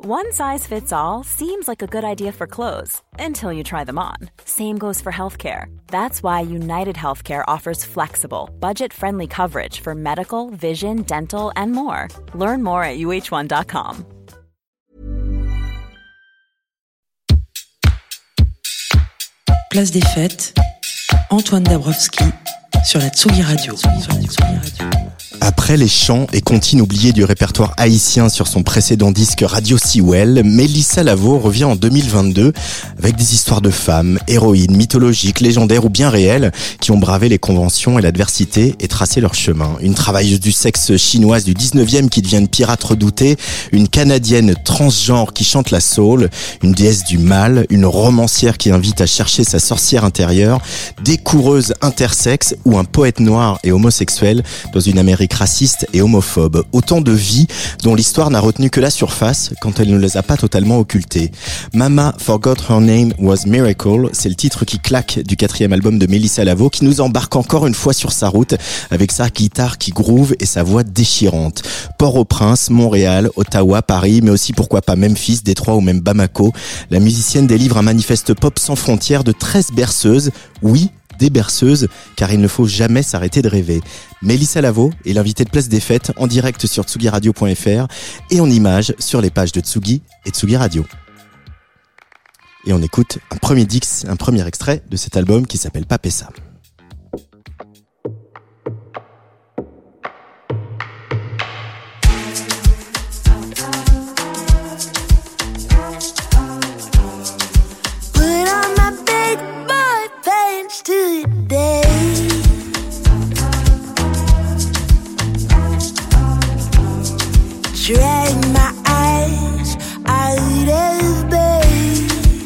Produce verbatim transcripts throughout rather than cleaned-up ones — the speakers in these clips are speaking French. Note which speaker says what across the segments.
Speaker 1: One size fits all seems like a good idea for clothes until you try them on. Same goes for healthcare. That's why United Healthcare offers flexible, budget-friendly coverage for medical, vision, dental, and more. Learn more at U H one dot com.
Speaker 2: Place des Fêtes, Antoine Dabrowski sur la Tsugi Radio. Sur la Tsugi Radio.
Speaker 3: Après les chants et comptines oubliées du répertoire haïtien sur son précédent disque Radio Sewell, Mélissa Lavo revient en deux mille vingt-deux avec des histoires de femmes, héroïnes, mythologiques, légendaires ou bien réelles, qui ont bravé les conventions et l'adversité et tracé leur chemin. Une travailleuse du sexe chinoise du dix-neuvième qui devient une pirate redoutée, une canadienne transgenre qui chante la soul, une déesse du mal, une romancière qui invite à chercher sa sorcière intérieure, des coureuses intersexes ou un poète noir et homosexuel dans une Amérique raciste et homophobe. Autant de vies dont l'histoire n'a retenu que la surface quand elle ne les a pas totalement occultées. Mama Forgot Her Name Was Miracle, c'est le titre qui claque du quatrième album de Mélissa Lavo, qui nous embarque encore une fois sur sa route avec sa guitare qui groove et sa voix déchirante. Port-au-Prince, Montréal, Ottawa, Paris, mais aussi pourquoi pas Memphis, Détroit ou même Bamako, la musicienne délivre un manifeste pop sans frontières de treize berceuses. Oui, des berceuses, car il ne faut jamais s'arrêter de rêver. Mélissa Lavo est l'invitée de Place des Fêtes en direct sur tsugi radio point f r et en images sur les pages de Tsugi et Tsugi Radio. Et on écoute un premier dix, un premier extrait de cet album qui s'appelle Papessa.
Speaker 4: Today, drag my eyes out of bed.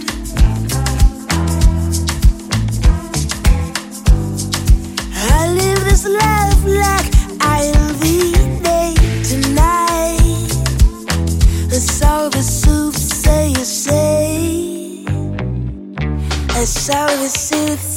Speaker 4: I live this life like I'll be there tonight. That's all the soothsayers say. That's all the soothsayers.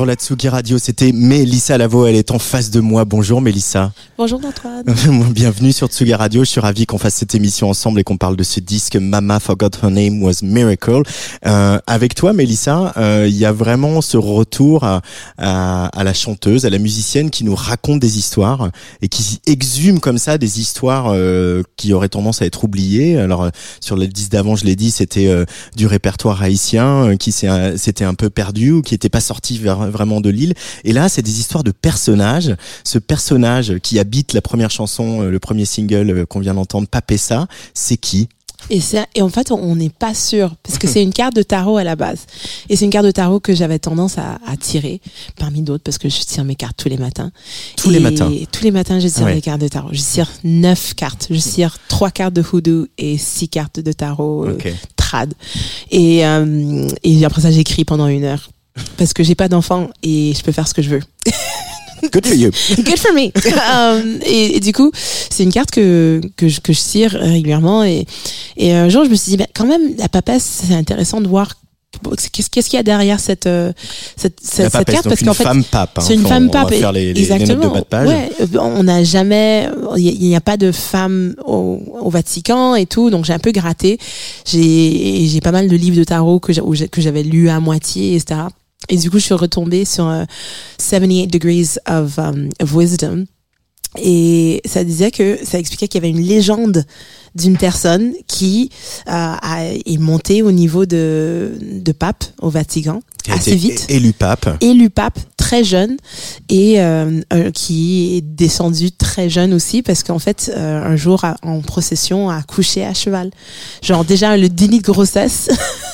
Speaker 3: sur la Tsugi Radio. C'était Mélissa Lavo, elle est en face de moi. Bonjour Mélissa.
Speaker 5: Bonjour Antoine.
Speaker 3: Bienvenue sur Tsugi Radio. Je suis ravi qu'on fasse cette émission ensemble et qu'on parle de ce disque Mama Forgot Her Name Was Miracle. Euh, avec toi Mélissa, il euh, y a vraiment ce retour à, à, à la chanteuse, à la musicienne qui nous raconte des histoires et qui exhume comme ça des histoires euh, qui auraient tendance à être oubliées. Alors euh, sur le disque d'avant, je l'ai dit, c'était euh, du répertoire haïtien euh, qui s'est, euh, s'était un peu perdu ou qui n'était pas sorti vers, vraiment de l'île. Et là, c'est des histoires de personnages. Ce personnage qui habite la première chanson, euh, le premier single euh, qu'on vient d'entendre, Papessa, c'est qui ?
Speaker 5: Et, c'est, et en fait, on n'est pas sûr, parce que c'est une carte de tarot à la base. Et c'est une carte de tarot que j'avais tendance à, à tirer, parmi d'autres, parce que je tire mes cartes tous les matins.
Speaker 3: Tous
Speaker 5: et
Speaker 3: les matins
Speaker 5: Tous les matins, je tire
Speaker 3: ouais.
Speaker 5: mes cartes de tarot. Je tire neuf cartes. Je tire trois cartes de hoodoo et six cartes de tarot
Speaker 3: okay.
Speaker 5: euh, trad. Et, euh, et après ça, j'écris pendant une heure. Parce que j'ai pas d'enfant et je peux faire ce que je veux.
Speaker 3: Good for you.
Speaker 5: Good for me. um, et, et du coup, c'est une carte que que je, que je tire régulièrement et et un jour je me suis dit ben quand même la papesse, c'est intéressant de voir qu'est-ce qu'est-ce qu'il y a derrière cette cette cette,
Speaker 3: papesse,
Speaker 5: cette carte
Speaker 3: donc
Speaker 5: parce qu'en fait
Speaker 3: femme pape, hein.
Speaker 5: c'est une
Speaker 3: Enfin,
Speaker 5: femme
Speaker 3: on
Speaker 5: pape
Speaker 3: va faire les, les,
Speaker 5: exactement.
Speaker 3: les notes de bas de page.
Speaker 5: Ouais, on n'a jamais il n'y a, a pas de femme au, au Vatican et tout, donc j'ai un peu gratté. J'ai j'ai pas mal de livres de tarot que j'ai, que j'avais lus à moitié et cetera. Et du coup, je suis retombée sur uh, seventy-eight Degrees of, um, of Wisdom. Et ça disait que, ça expliquait qu'il y avait une légende d'une personne qui euh, a, est montée au niveau de, de pape au Vatican
Speaker 3: Qui a
Speaker 5: assez
Speaker 3: été
Speaker 5: vite.
Speaker 3: Élu pape.
Speaker 5: Élu pape très jeune et euh, euh, qui est descendu très jeune aussi parce qu'en fait, euh, un jour a, en procession a couché à cheval. Genre déjà le déni de grossesse,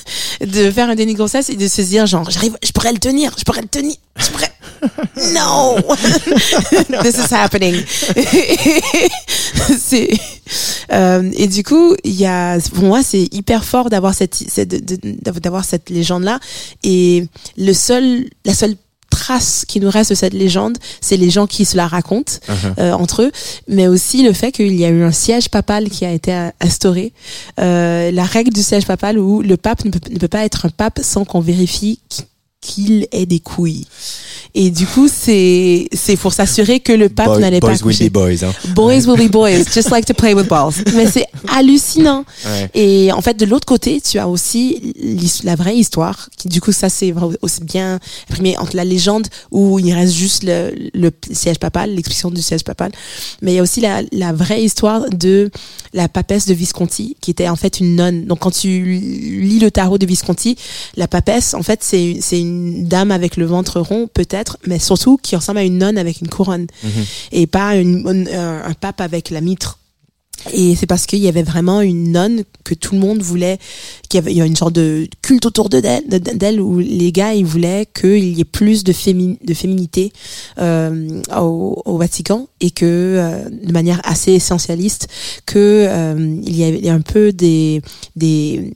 Speaker 5: de faire un déni de grossesse et de se dire genre j'arrive, je pourrais le tenir, je pourrais le tenir, je pourrais. No, this is happening. c'est euh, et du coup il y a pour moi c'est hyper fort d'avoir cette, cette de, de, d'avoir cette légende là et le seul la seule trace qui nous reste de cette légende, c'est les gens qui se la racontent uh-huh. euh, entre eux, mais aussi le fait qu'il y a eu un siège papal qui a été instauré, euh, la règle du siège papal où le pape ne peut, ne peut pas être un pape sans qu'on vérifie qu'il ait des couilles. Et du coup, c'est c'est pour s'assurer que le pape
Speaker 3: Boy,
Speaker 5: n'allait
Speaker 3: boys
Speaker 5: pas coucher.
Speaker 3: Boys will be boys. Hein.
Speaker 5: Boys will be boys, just like to play with balls. Mais c'est hallucinant. Ouais. Et en fait, de l'autre côté, tu as aussi la vraie histoire. Qui, du coup, ça c'est aussi bien imprimé entre la légende où il reste juste le, le siège papal, l'expression du siège papal. Mais il y a aussi la, la vraie histoire de la papesse de Visconti, qui était en fait une nonne. Donc, quand tu lis le tarot de Visconti, la papesse, en fait, c'est c'est une dame avec le ventre rond, peut-être, mais surtout qui ressemble à une nonne avec une couronne mmh. et pas une, une, un, un pape avec la mitre. Et c'est parce qu'il y avait vraiment une nonne que tout le monde voulait, qu'il y avait il y a une sorte de culte autour de d'elle, de, d'elle où les gars ils voulaient qu'il y ait plus de, fémi, de féminité euh, au, au Vatican et que euh, de manière assez essentialiste que euh, il y avait un peu des des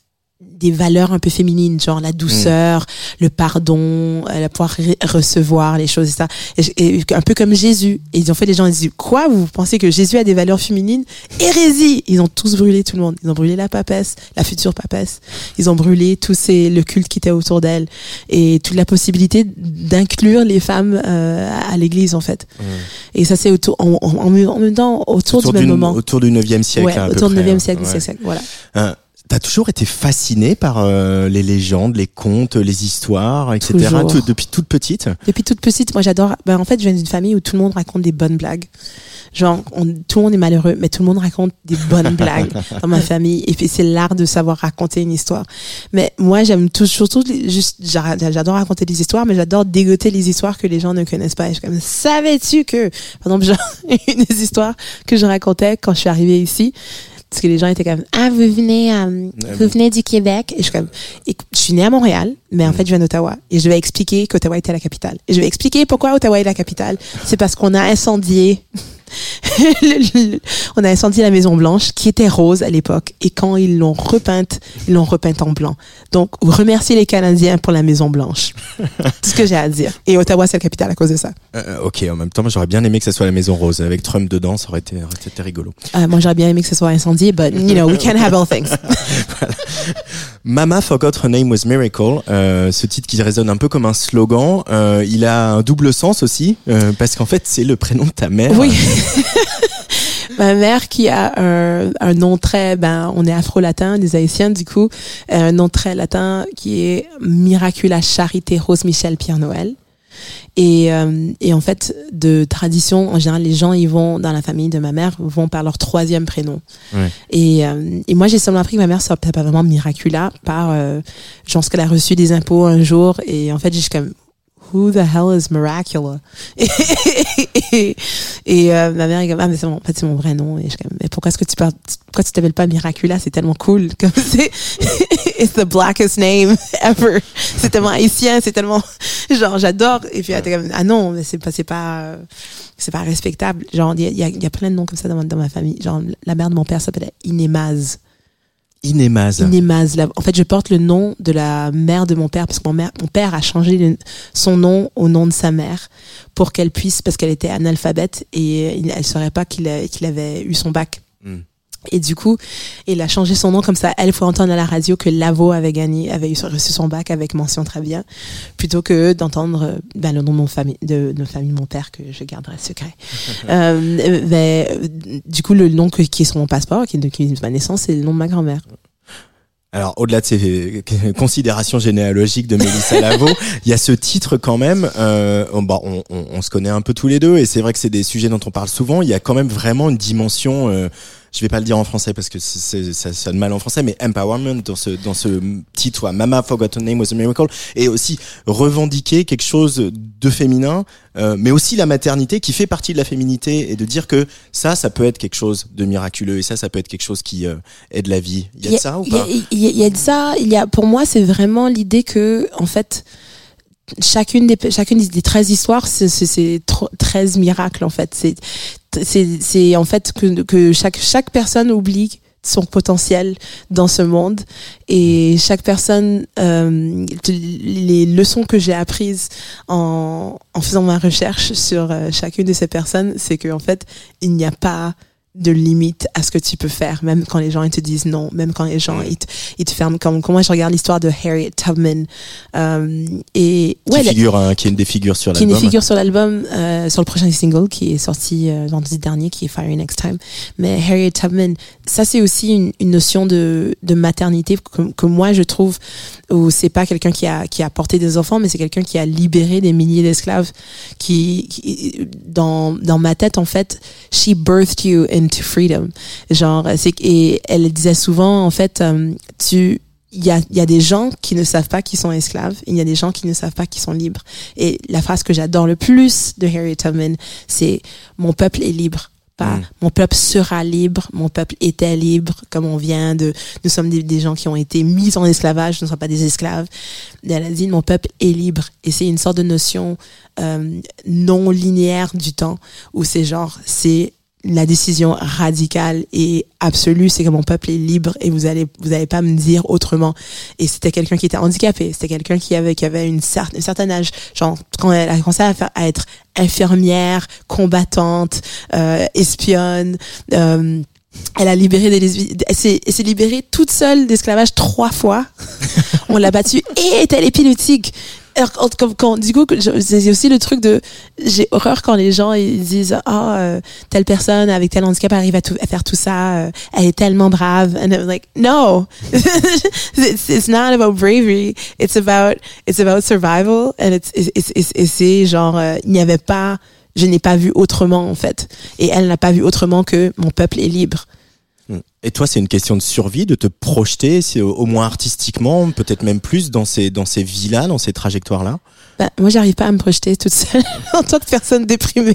Speaker 5: des valeurs un peu féminines, genre la douceur, mmh. le pardon, euh, pouvoir re- recevoir les choses et ça. Et, et un peu comme Jésus. Et ils ont fait des gens, ils disent, quoi, vous pensez que Jésus a des valeurs féminines? Hérésie! Ils ont tous brûlé tout le monde. Ils ont brûlé la papesse, la future papesse. Ils ont brûlé tout ces, le culte qui était autour d'elle. Et toute la possibilité d'inclure les femmes euh, à l'église, en fait. Mmh. Et ça, c'est autour, en, en, en même temps, autour, autour du même moment.
Speaker 3: Autour du neuvième siècle,
Speaker 5: ouais,
Speaker 3: à
Speaker 5: autour
Speaker 3: peu
Speaker 5: du neuvième
Speaker 3: près,
Speaker 5: siècle,
Speaker 3: ouais.
Speaker 5: siècle, voilà.
Speaker 3: Euh, T'as toujours été fascinée par euh, les légendes, les contes, les histoires, et cetera. Tout, depuis toute petite.
Speaker 5: Depuis toute petite, moi j'adore. Ben en fait, je viens d'une famille où tout le monde raconte des bonnes blagues. Genre, on, tout le monde est malheureux, mais tout le monde raconte des bonnes blagues dans ma famille. Et puis c'est l'art de savoir raconter une histoire. Mais moi, j'aime tout, surtout juste, j'adore raconter des histoires, mais j'adore dégoter les histoires que les gens ne connaissent pas. Et je suis comme, savais-tu que, par exemple, genre, une des histoires que je racontais quand je suis arrivée ici. Parce que les gens étaient comme, ah, vous venez, euh, vous venez du Québec. Et je suis comme, et je suis née à Montréal, mais en fait, je viens d'Ottawa. Et je vais expliquer qu'Ottawa était la capitale. Et je vais expliquer pourquoi Ottawa est la capitale. C'est parce qu'on a incendié on a incendié la Maison Blanche qui était rose à l'époque et quand ils l'ont repeinte, ils l'ont repeinte en blanc. Donc remerciez les Canadiens pour la Maison Blanche. Tout ce que j'ai à dire. Et Ottawa c'est la capitale à cause de ça.
Speaker 3: Euh, ok, en même temps moi, j'aurais bien aimé que ça soit la Maison Rose avec Trump dedans, ça aurait été, aurait été rigolo.
Speaker 5: Euh, moi j'aurais bien aimé que ça soit incendié, but you know we can't have all things.
Speaker 3: Voilà. Mama Forgot Her Name Was Miracle, euh, ce titre qui résonne un peu comme un slogan, euh, il a un double sens aussi, euh, parce qu'en fait c'est le prénom de ta mère.
Speaker 5: Oui. Ma mère qui a un, un nom très, ben, on est afro-latin, des Haïtiens du coup, un nom très latin qui est Miracula Charité Rose Michel Pierre Noël. Et, euh, et en fait, de tradition, en général, les gens, ils vont, dans la famille de ma mère, vont par leur troisième prénom.
Speaker 3: Ouais.
Speaker 5: Et, euh, et moi, j'ai seulement appris que ma mère s'appelle pas vraiment Miracula par, euh, je pense qu'elle a reçu des impôts un jour. Et en fait, j'ai comme, who the hell is Miracula? et et, et euh, ma mère est comme, ah, mais c'est mon, en fait, c'est mon vrai nom. Et je suis comme, mais pourquoi est-ce que tu parles, pourquoi tu t'appelles pas Miracula? C'est tellement cool. Comme c'est, it's the blackest name ever. C'est tellement haïtien, c'est tellement, genre, j'adore. Et puis, elle était comme, ah non, mais c'est pas, c'est pas, c'est pas respectable. Genre, il y a, il y a, il y a plein de noms comme ça dans ma, dans ma famille. Genre, la mère de mon père s'appelait Inémaz.
Speaker 3: Inémaz.
Speaker 5: Inémaz. La, en fait, je porte le nom de la mère de mon père parce que mon, mère, mon père a changé le, son nom au nom de sa mère pour qu'elle puisse, parce qu'elle était analphabète et elle ne saurait pas qu'il, a, qu'il avait eu son bac. Mm. Et du coup, il a changé son nom comme ça. Elle, faut entendre à la radio que Lavo avait gagné, avait eu reçu son bac avec mention très bien, plutôt que d'entendre ben, le nom de mon famille, de, de famille de mon père que je garderai secret. euh, ben, du coup, le nom que, qui est sur mon passeport, qui est de, qui est de ma naissance, c'est le nom de ma grand-mère.
Speaker 3: Alors, au-delà de ces considérations généalogiques de Mélissa Lavo, il y a ce titre quand même. Euh, bon, on, on, on se connaît un peu tous les deux, et c'est vrai que c'est des sujets dont on parle souvent. Il y a quand même vraiment une dimension. Euh, je vais pas le dire en français parce que c'est, ça sonne mal en français, mais empowerment dans ce dans ce titre. Ouais, Mama Forgot Her Name Was a Miracle, et aussi revendiquer quelque chose de féminin, euh, mais aussi la maternité qui fait partie de la féminité, et de dire que ça, ça peut être quelque chose de miraculeux, et ça, ça peut être quelque chose qui euh, aide la vie. Il y a de ça ou pas?
Speaker 5: Il y, y, y a de ça. Il y a, pour moi, c'est vraiment l'idée que, en fait, chacune des chacune des treize histoires, c'est c'est, c'est treize miracles en fait. C'est c'est c'est en fait que que chaque chaque personne oublie son potentiel dans ce monde, et chaque personne, euh, les leçons que j'ai apprises en en faisant ma recherche sur euh, chacune de ces personnes, c'est que en fait il n'y a pas de limite à ce que tu peux faire, même quand les gens ils te disent non, même quand les gens ils te, ils te ferment. Comme, comme moi je regarde l'histoire de Harriet Tubman, euh, et
Speaker 3: qui
Speaker 5: ouais,
Speaker 3: figure un, qui est une des figures sur
Speaker 5: qui
Speaker 3: l'album,
Speaker 5: est une figure sur l'album, euh, sur le prochain single qui est sorti euh, vendredi dernier, qui est Fire Next Time. Mais Harriet Tubman, ça c'est aussi une, une notion de de maternité que, que moi je trouve, où c'est pas quelqu'un qui a qui a porté des enfants, mais c'est quelqu'un qui a libéré des milliers d'esclaves, qui, qui dans dans ma tête en fait, she birthed you in to freedom. Genre, c'est, et elle disait souvent, en fait, euh, tu, il y a, il y a des gens qui ne savent pas qu'ils sont esclaves, et il y a des gens qui ne savent pas qu'ils sont libres. Et la phrase que j'adore le plus de Harriet Tubman, c'est mon peuple est libre. Pas, mmh. Mon peuple sera libre, mon peuple était libre, comme on vient de, nous sommes des, des gens qui ont été mis en esclavage, nous ne sommes pas des esclaves. Et elle a dit, mon peuple est libre. Et c'est une sorte de notion, euh, non linéaire du temps, où c'est genre, c'est la décision radicale et absolue, c'est que mon peuple est libre, et vous allez vous allez pas me dire autrement. Et c'était quelqu'un qui était handicapé, c'était quelqu'un qui avait qui avait une certaine un certain âge, genre quand elle a commencé à faire à être infirmière, combattante, euh, espionne, euh, elle a libéré des lesbiennes, elle s'est, elle s'est libérée toute seule d'esclavage trois fois. On l'a battue et était épileptique. Alors, quand, quand, quand, du coup, c'est aussi le truc de, j'ai horreur quand les gens ils disent, ah, oh, euh, telle personne avec tel handicap arrive à, tout, à faire tout ça, euh, elle est tellement brave. And I'm like, no, it's, it's not about bravery, it's about, it's about survival, and it's, it's, it's, it's, it's c'est genre, euh, il n'y avait pas, je n'ai pas vu autrement en fait, et elle n'a pas vu autrement que mon peuple est libre.
Speaker 3: Et toi, c'est une question de survie, de te projeter, c'est au moins artistiquement, peut-être même plus dans ces dans ces vies-là, dans ces trajectoires-là.
Speaker 5: Bah, moi, j'arrive pas à me projeter toute seule en tant que personne déprimée,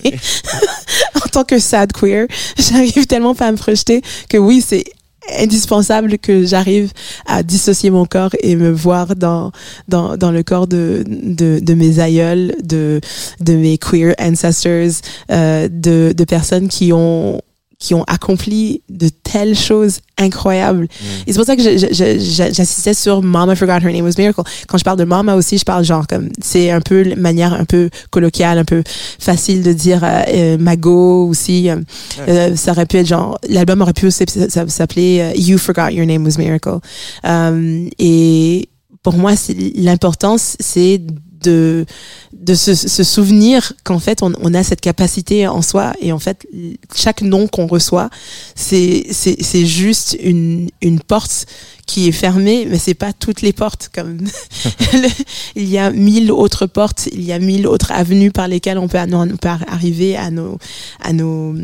Speaker 5: en tant que sad queer. J'arrive tellement pas à me projeter que oui, c'est indispensable que j'arrive à dissocier mon corps et me voir dans dans dans le corps de de de mes aïeuls, de de mes queer ancestors, euh, de de personnes qui ont qui ont accompli de telles choses incroyables. Mm. Et c'est pour ça que je, je, je, j'assistais sur Mama Forgot Her Name Was Miracle. Quand je parle de Mama aussi, je parle genre comme, c'est un peu une manière un peu colloquiale, un peu facile de dire euh, euh, Mago aussi. Euh, ouais. euh, ça aurait pu être genre, l'album aurait pu aussi s'appeler euh, You Forgot Your Name Was Miracle. Euh, et pour moi, c'est, l'importance, c'est de de se, se souvenir qu'en fait on, on a cette capacité en soi, et en fait chaque nom qu'on reçoit c'est c'est c'est juste une une porte qui est fermée, mais c'est pas toutes les portes comme il y a mille autres portes, il y a mille autres avenues par lesquelles on peut, on peut arriver à nos à nos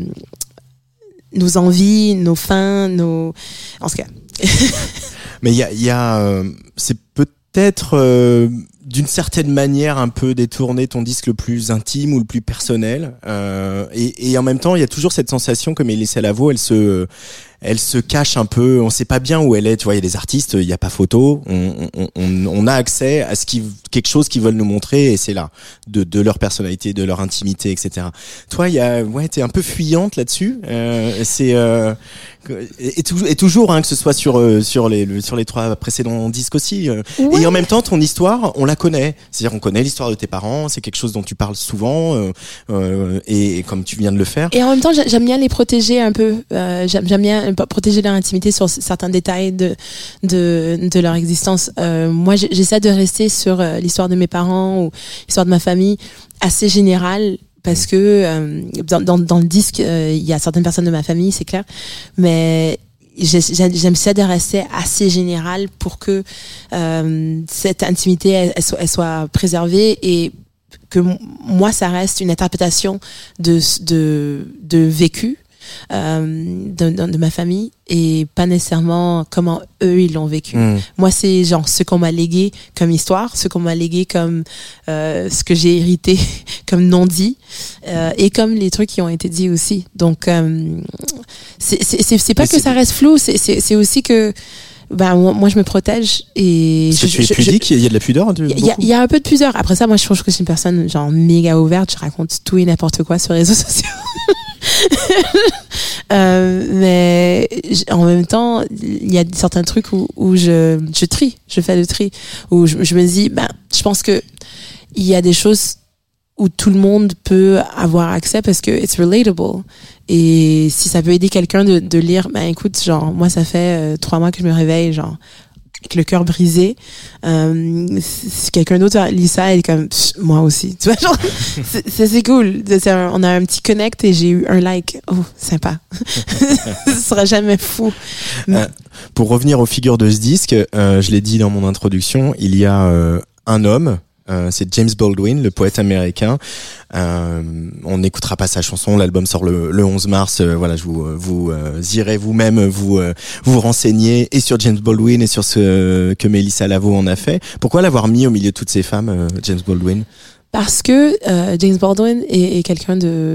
Speaker 5: nos envies, nos fins, nos en tout cas.
Speaker 3: Mais il y a il y a euh, c'est peut-être euh, d'une certaine manière un peu détourner ton disque le plus intime ou le plus personnel, euh, et, et en même temps il y a toujours cette sensation que Mélissa Lavo elle se elle se cache un peu, on sait pas bien où elle est, tu vois, il y a des artistes, il y a pas photo, on, on, on, on a accès à ce qui, quelque chose qu'ils veulent nous montrer, et c'est là, de, de leur personnalité, de leur intimité, et cetera. Toi, il y a, ouais, t'es un peu fuyante là-dessus, euh, c'est, euh, et, et, et toujours, hein, que ce soit sur, sur les, sur les trois précédents disques aussi, euh, ouais. Et en même temps, ton histoire, on la connaît, c'est-à-dire on connaît l'histoire de tes parents, c'est quelque chose dont tu parles souvent, euh, euh, et, et comme tu viens de le faire.
Speaker 5: Et en même temps, j'aime bien les protéger un peu, euh, j'aime, j'aime bien protéger leur intimité sur certains détails de de de leur existence. Euh, moi, j'essaie de rester sur euh, l'histoire de mes parents ou l'histoire de ma famille assez générale, parce que euh, dans, dans dans le disque, euh, il y a certaines personnes de ma famille, c'est clair, mais j'aime ça de rester assez général pour que euh, cette intimité elle, elle, soit, elle soit préservée, et que moi ça reste une interprétation de de de vécu euh, de, de, de ma famille, et pas nécessairement comment eux ils l'ont vécu. Mmh. Moi c'est genre ce qu'on m'a légué comme histoire, ce qu'on m'a légué comme euh, ce que j'ai hérité comme non dit, euh, et comme les trucs qui ont été dits aussi. Donc euh, c'est c'est c'est, c'est pas Mais que c'est... ça reste flou, c'est c'est c'est aussi que ben moi je me protège, et
Speaker 3: parce que je, tu es pudique, il y a de la pudeur.
Speaker 5: Il y, y a un peu de pudeur. Après ça, moi je trouve que je suis une personne genre méga ouverte, je raconte tout et n'importe quoi sur les réseaux sociaux. euh, mais en même temps, il y a certains trucs où, où je, je trie, je fais le tri, où je, je me dis, ben, je pense que il y a des choses où tout le monde peut avoir accès parce que it's relatable. Et si ça peut aider quelqu'un de, de lire, ben écoute, genre moi ça fait euh, trois mois que je me réveille, genre avec le cœur brisé. Euh, si quelqu'un d'autre lit ça, elle est comme moi aussi, tu vois, genre c'est, c'est, c'est cool. C'est un, on a un petit connect et j'ai eu un like. Oh, sympa. Ce sera jamais fou.
Speaker 3: Euh, pour revenir aux figures de ce disque, euh, je l'ai dit dans mon introduction, il y a euh, un homme. Euh, c'est James Baldwin, le poète américain. Euh, on n'écoutera pas sa chanson. L'album sort le, le onze mars. Euh, voilà, je vous, vous euh, irez vous-même vous euh, vous renseigner et sur James Baldwin et sur ce que Mélissa Lavo en a fait. Pourquoi l'avoir mis au milieu de toutes ces femmes, euh, James Baldwin ?
Speaker 5: Parce que euh, James Baldwin est, est quelqu'un de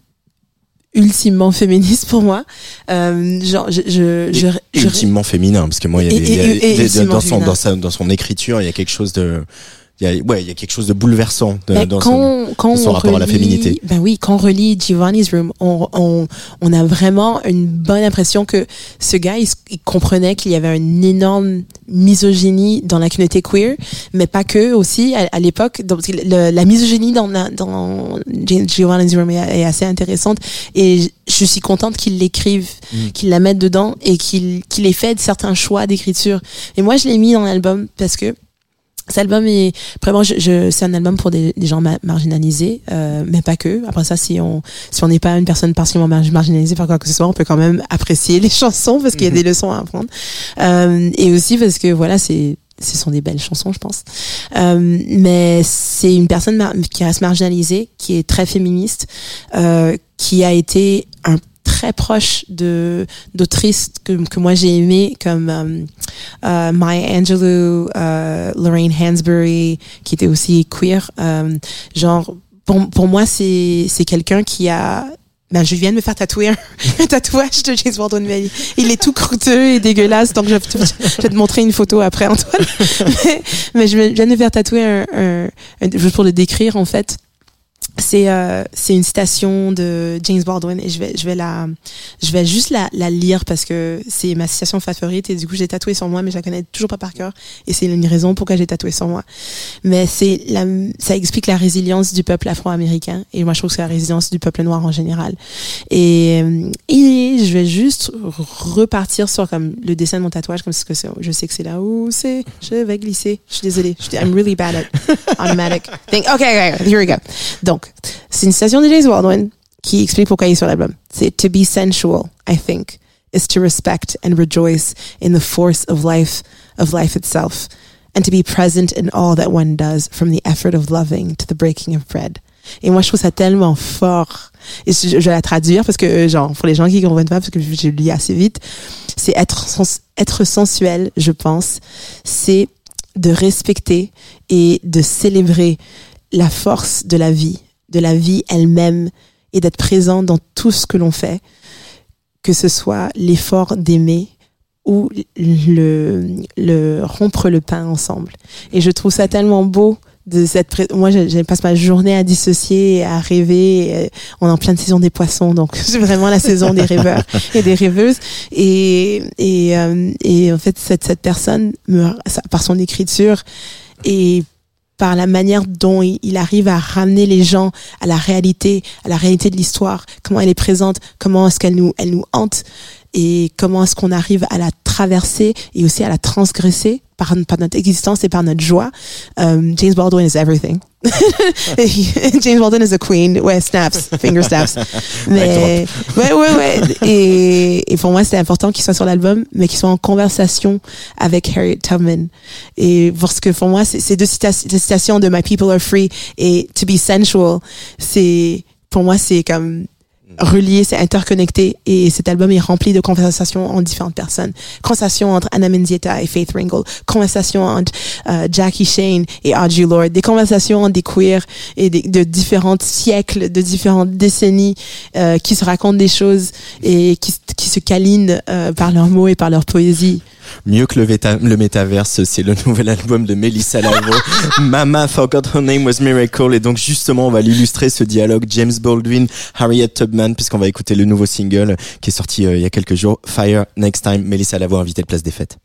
Speaker 5: ultimement féministe pour moi. Euh, genre, je, je, je, je
Speaker 3: ultimement je... féminin, parce que moi, il y a, des, et, et, et, des, et dans son dans sa dans son écriture, il y a quelque chose de Il y a, ouais, il y a quelque chose de bouleversant de, ben, dans quand, son, quand son rapport relit, à la féminité.
Speaker 5: Ben oui, quand on relit Giovanni's Room, on, on, on a vraiment une bonne impression que ce gars, il, il comprenait qu'il y avait une énorme misogynie dans la communauté queer, mais pas que aussi à, à l'époque. Donc, le, la misogynie dans, dans Giovanni's Room est, est assez intéressante, et je suis contente qu'il l'écrive, mmh. qu'il la mette dedans, et qu'il, qu'il ait fait certains choix d'écriture. Et moi, je l'ai mis dans l'album parce que cet album est vraiment, je, je, c'est un album pour des, des gens ma- marginalisés, euh, mais pas que. Après ça, si on si on n'est pas une personne particulièrement mar- marginalisée par quoi que ce soit, on peut quand même apprécier les chansons parce qu'il y a des leçons à apprendre. Euh, et aussi parce que voilà, c'est ce sont des belles chansons, je pense. Euh, mais c'est une personne mar- qui reste marginalisée, qui est très féministe, euh, qui a été un très proche de d'autrices que que moi j'ai aimé, comme euh, euh, Maya Angelou, euh, Lorraine Hansberry, qui était aussi queer. Euh, genre pour pour moi c'est c'est quelqu'un qui a ben je viens de me faire tatouer un, un tatouage de James Baldwin, mais il, il est tout croûteux et dégueulasse, donc je, je vais te montrer une photo après, Antoine. mais, mais je viens de me faire tatouer un, un, un juste pour le décrire en fait. c'est euh, c'est une citation de James Baldwin et je vais je vais la je vais juste la la lire parce que c'est ma citation favorite et du coup j'ai tatoué sur moi mais je la connais toujours pas par cœur et c'est une raison pourquoi j'ai tatoué sur moi. Mais c'est la ça explique la résilience du peuple afro-américain et moi je trouve que c'est la résilience du peuple noir en général. Et et je vais juste repartir sur comme le dessin de mon tatouage comme ce que c'est, je sais que c'est là où c'est, je vais glisser. Je suis désolée, je, I'm really bad at automatic thing. Okay, okay, here we go. Donc c'est une citation de James Baldwin qui explique pourquoi il est sur l'album. C'est to be sensual, I think, is to respect and rejoice in the force of life, of life itself, and to be present in all that one does, from the effort of loving to the breaking of bread. Et moi, je trouve ça tellement fort. Et je, je vais la traduire parce que, genre, pour les gens qui comprennent pas, parce que je lis assez vite, c'est être, sens, être sensuel, je pense, c'est de respecter et de célébrer la force de la vie, de la vie elle-même et d'être présent dans tout ce que l'on fait, que ce soit l'effort d'aimer ou le, le rompre le pain ensemble. Et je trouve ça tellement beau de cette pré- moi je, je passe ma journée à dissocier, à rêver, et on est en pleine saison des poissons donc c'est vraiment la saison des rêveurs et des rêveuses et et euh, et en fait cette cette personne me, par son écriture et par la manière dont il arrive à ramener les gens à la réalité, à la réalité de l'histoire, comment elle est présente, comment est-ce qu'elle nous, elle nous hante et comment est-ce qu'on arrive à la traverser et aussi à la transgresser par, par notre existence et par notre joie. Um, James Baldwin is everything. James Baldwin is a queen. Ouais, snaps, finger snaps. Mais, ouais, ouais, ouais. Et, et pour moi, c'était important qu'il soit sur l'album, mais qu'il soit en conversation avec Harriet Tubman. Et parce que pour moi, c'est, c'est deux citations, deux citations de My People Are Free et To Be Sensual. C'est, pour moi, c'est comme, relié, c'est interconnecté et cet album est rempli de conversations entre différentes personnes. Conversations entre Anna Mendieta et Faith Ringgold, conversations entre euh, Jackie Shane et Audre Lorde, des conversations entre des queers et des, de différents siècles, de différentes décennies euh, qui se racontent des choses et qui, qui se câlinent euh, par leurs mots et par leur poésie.
Speaker 3: Mieux que le, véta- le métaverse, c'est le nouvel album de Melissa Lavo. Mama Forgot Her Name Was Miracle. Et donc justement, on va l'illustrer ce dialogue James Baldwin, Harriet Tubman, puisqu'on va écouter le nouveau single qui est sorti euh, il y a quelques jours, Fire Next Time. Melissa Lavo, invitée de Place des Fêtes.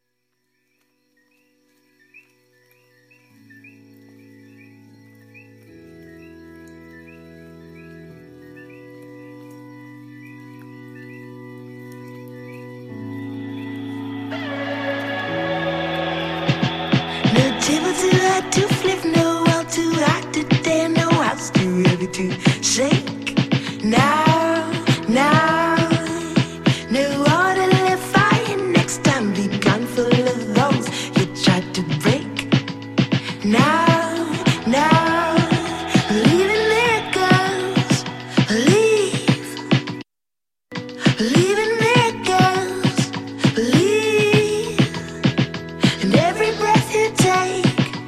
Speaker 4: To flip, no well to act it there, no house too ready to shake. Now, now, no order to fire next time. Be gone full of those you tried to break. Now, now, leaving there goes, leave, leaving there goes, leave, and every breath you take.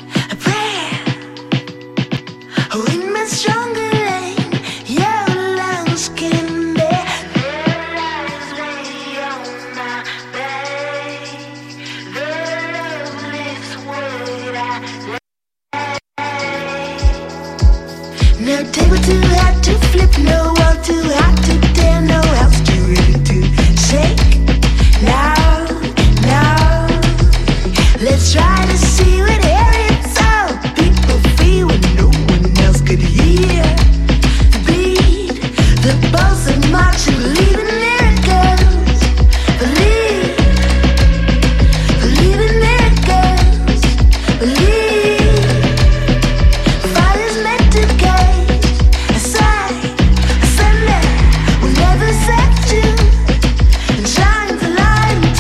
Speaker 4: Stronger than your lungs can bear. Their lives lay on my back. Their love lifts what I lack. No table too hot to flip, no wall too hot to tear, no house too ready to shake. Now, now, let's try to see what Harriet's all people feel when no one else could hear the beat, the pulse of marching, believing miracles, believe, believing miracles, believe. Fire's meant to gaze aside, asunder will never set you, and shines a light.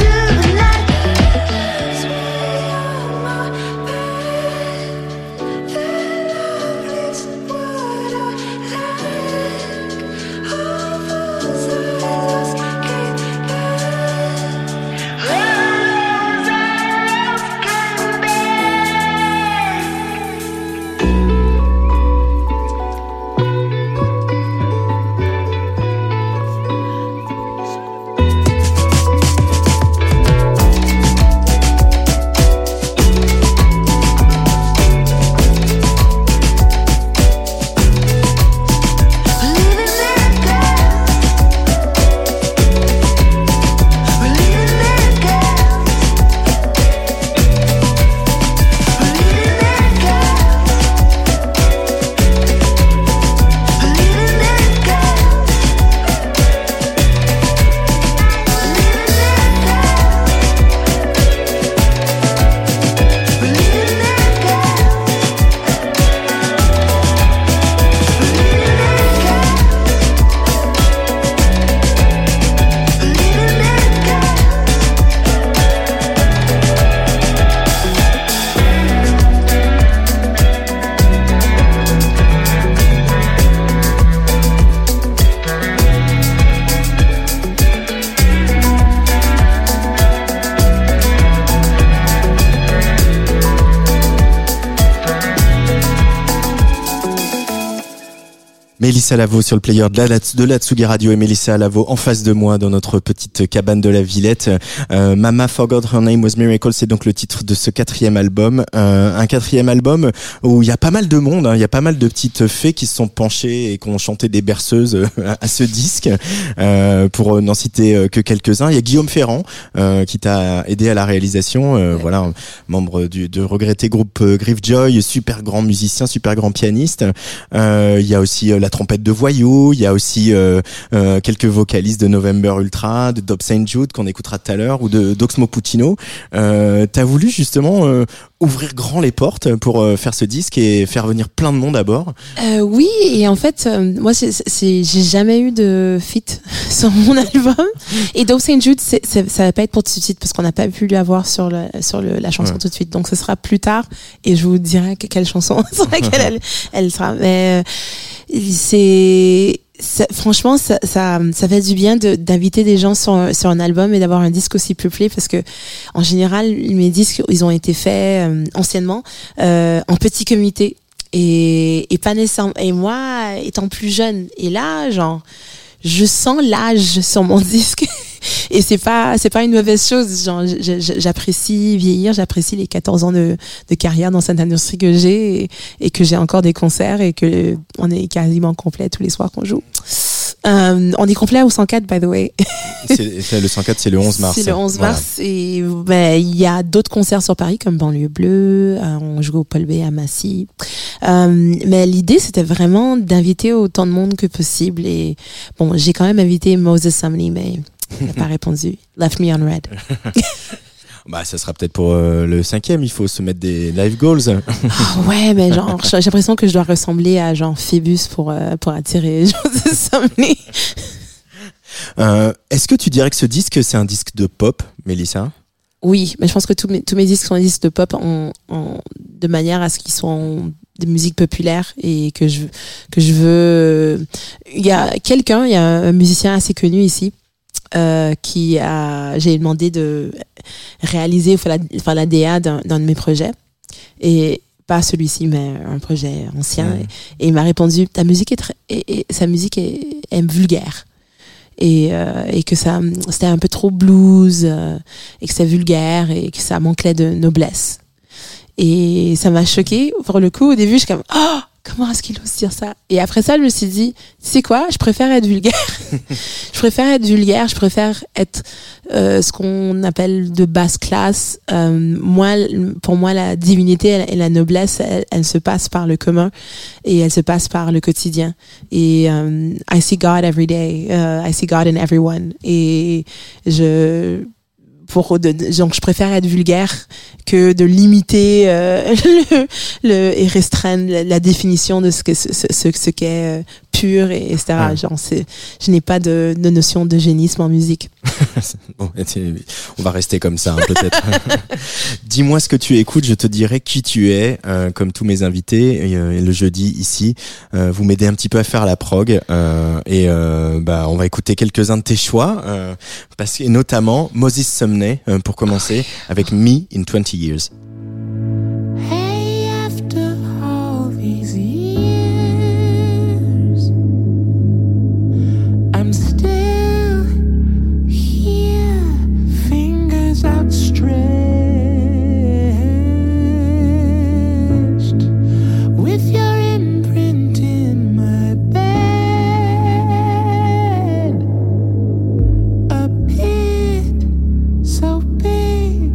Speaker 3: Mélissa Lavo sur le player de la, de la Tsugi Radio et Mélissa Lavo en face de moi dans notre petite cabane de la Villette. Euh, Mama Forgot Her Name Was Miracle, c'est donc le titre de ce quatrième album. Euh, un quatrième album où il y a pas mal de monde, hein, il y a pas mal de petites fées qui se sont penchées et qui ont chanté des berceuses à, à ce disque. Euh, pour n'en citer que quelques-uns, il y a Guillaume Ferrand euh, qui t'a aidé à la réalisation. Euh, ouais. Voilà, membre du de regretté groupe Griff Joy, super grand musicien, super grand pianiste. Euh, il y a aussi euh, la trompette de Voyou, il y a aussi euh, euh, quelques vocalistes de November Ultra, de Dob Saint Jude qu'on écoutera tout à l'heure, ou de d'Oxmo Puccino. Euh, t'as voulu justement euh, ouvrir grand les portes pour euh, faire ce disque et faire venir plein de monde à bord.
Speaker 5: Euh, oui, et en fait, euh, moi, c'est, c'est, j'ai jamais eu de feat sur mon album. Et Dob Saint Jude, c'est, c'est, ça va pas être pour tout de suite parce qu'on n'a pas pu l'avoir sur le, sur le, la chanson ouais. tout de suite. Donc, ce sera plus tard et je vous dirai que, quelle chanson sur laquelle elle, elle sera. Mais euh, c'est Ça, franchement, ça, ça, ça fait du bien de, d'inviter des gens sur, sur un album et d'avoir un disque aussi peuplé parce que, en général, mes disques, ils ont été faits euh, anciennement euh, en petit comité et, et pas nécessairement. Et moi, étant plus jeune, et là, genre, je sens l'âge sur mon disque. Et c'est pas, c'est pas une mauvaise chose. Genre, j'apprécie vieillir, j'apprécie les quatorze ans de, de carrière dans cette industrie que j'ai et, et que j'ai encore des concerts et que on est quasiment complet tous les soirs qu'on joue. Euh, on est complet au cent quatre, by the way.
Speaker 3: C'est, c'est le cent quatre, c'est le onze mars.
Speaker 5: C'est le onze mars. Voilà. Et ben, il y a d'autres concerts sur Paris, comme Banlieue Bleue. Euh, on joue au Paul B à Massy. Euh, mais l'idée, c'était vraiment d'inviter autant de monde que possible. Et bon, j'ai quand même invité Moses Sumney, mais il n'a pas répondu. Left me on red.
Speaker 3: Bah, ça sera peut-être pour euh, le cinquième. Il faut se mettre des live goals.
Speaker 5: Oh, ouais, mais genre, j'ai l'impression que je dois ressembler à genre Phébus pour euh, pour attirer Joseph Sumney.
Speaker 3: Euh, est-ce que tu dirais que ce disque c'est un disque de pop, Mélissa?
Speaker 5: Oui, mais je pense que tous mes tous mes disques sont des disques de pop en, en de manière à ce qu'ils soient des musiques populaires et que je que je veux. Il y a quelqu'un, il y a un musicien assez connu ici. Euh, qui a, j'ai demandé de réaliser, faire la, faire la D A d'un, d'un de mes projets et pas celui-ci mais un projet ancien mmh. et, et il m'a répondu ta musique est très, et, et sa musique est, est vulgaire et, euh, et que ça c'était un peu trop blues euh, et que c'était vulgaire et que ça manquait de noblesse et ça m'a choquée pour le coup. Au début je suis comme oh comment est-ce qu'il ose dire ça? Et après ça, je me suis dit, tu sais quoi? Je préfère être vulgaire. je préfère être vulgaire. Je préfère être euh, ce qu'on appelle de basse classe. Euh, moi, pour moi, la divinité et la noblesse, elle, elle se passe par le commun et elle se passe par le quotidien. Et um, I see God every day. Uh, I see God in everyone. Et je pour de, donc je préfère être vulgaire que de limiter euh, le, le et restreindre la, la définition de ce que ce, ce, ce qu'est euh, pur et etc. Ouais. Genre c'est je n'ai pas de, de notion d'eugénisme en musique.
Speaker 3: Bon, on va rester comme ça hein, peut-être. Dis-moi ce que tu écoutes, je te dirai qui tu es, euh, comme tous mes invités et, euh, le jeudi ici. Euh, vous m'aidez un petit peu à faire la prog euh, et euh, bah on va écouter quelques-uns de tes choix, euh, parce que notamment Moses Sumney euh, pour commencer avec Me in twenty years.
Speaker 4: Hey, after all these years, I'm still here, fingers outstretched, with your imprint in my bed, a pit so big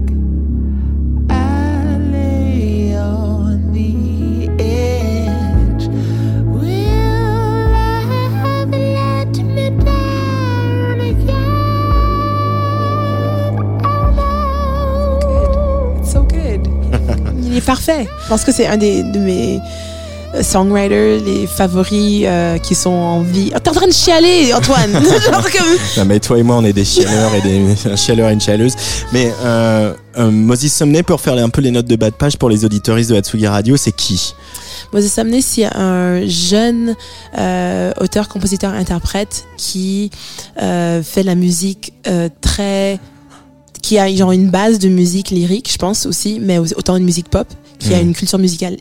Speaker 4: I lay on the edge. Will I let me down again? Oh no.
Speaker 5: It's so good. Il est parfait. Je pense que c'est un des de mes songwriters, les favoris euh, qui sont en vie. Oh, t'es en train de chialer, Antoine. Genre comme...
Speaker 3: Non mais toi et moi on est des chialeurs et des chialeurs et une chialeuse. Mais euh, euh, Moses Sumney, pour faire un peu les notes de bas de page pour les auditeuristes de la Tsugi Radio, c'est qui?
Speaker 5: Moses Sumney, c'est un jeune euh, auteur, compositeur, interprète qui euh, fait de la musique euh, très... qui a genre une base de musique lyrique, je pense aussi, mais autant une musique pop, qui mmh. a une culture musicale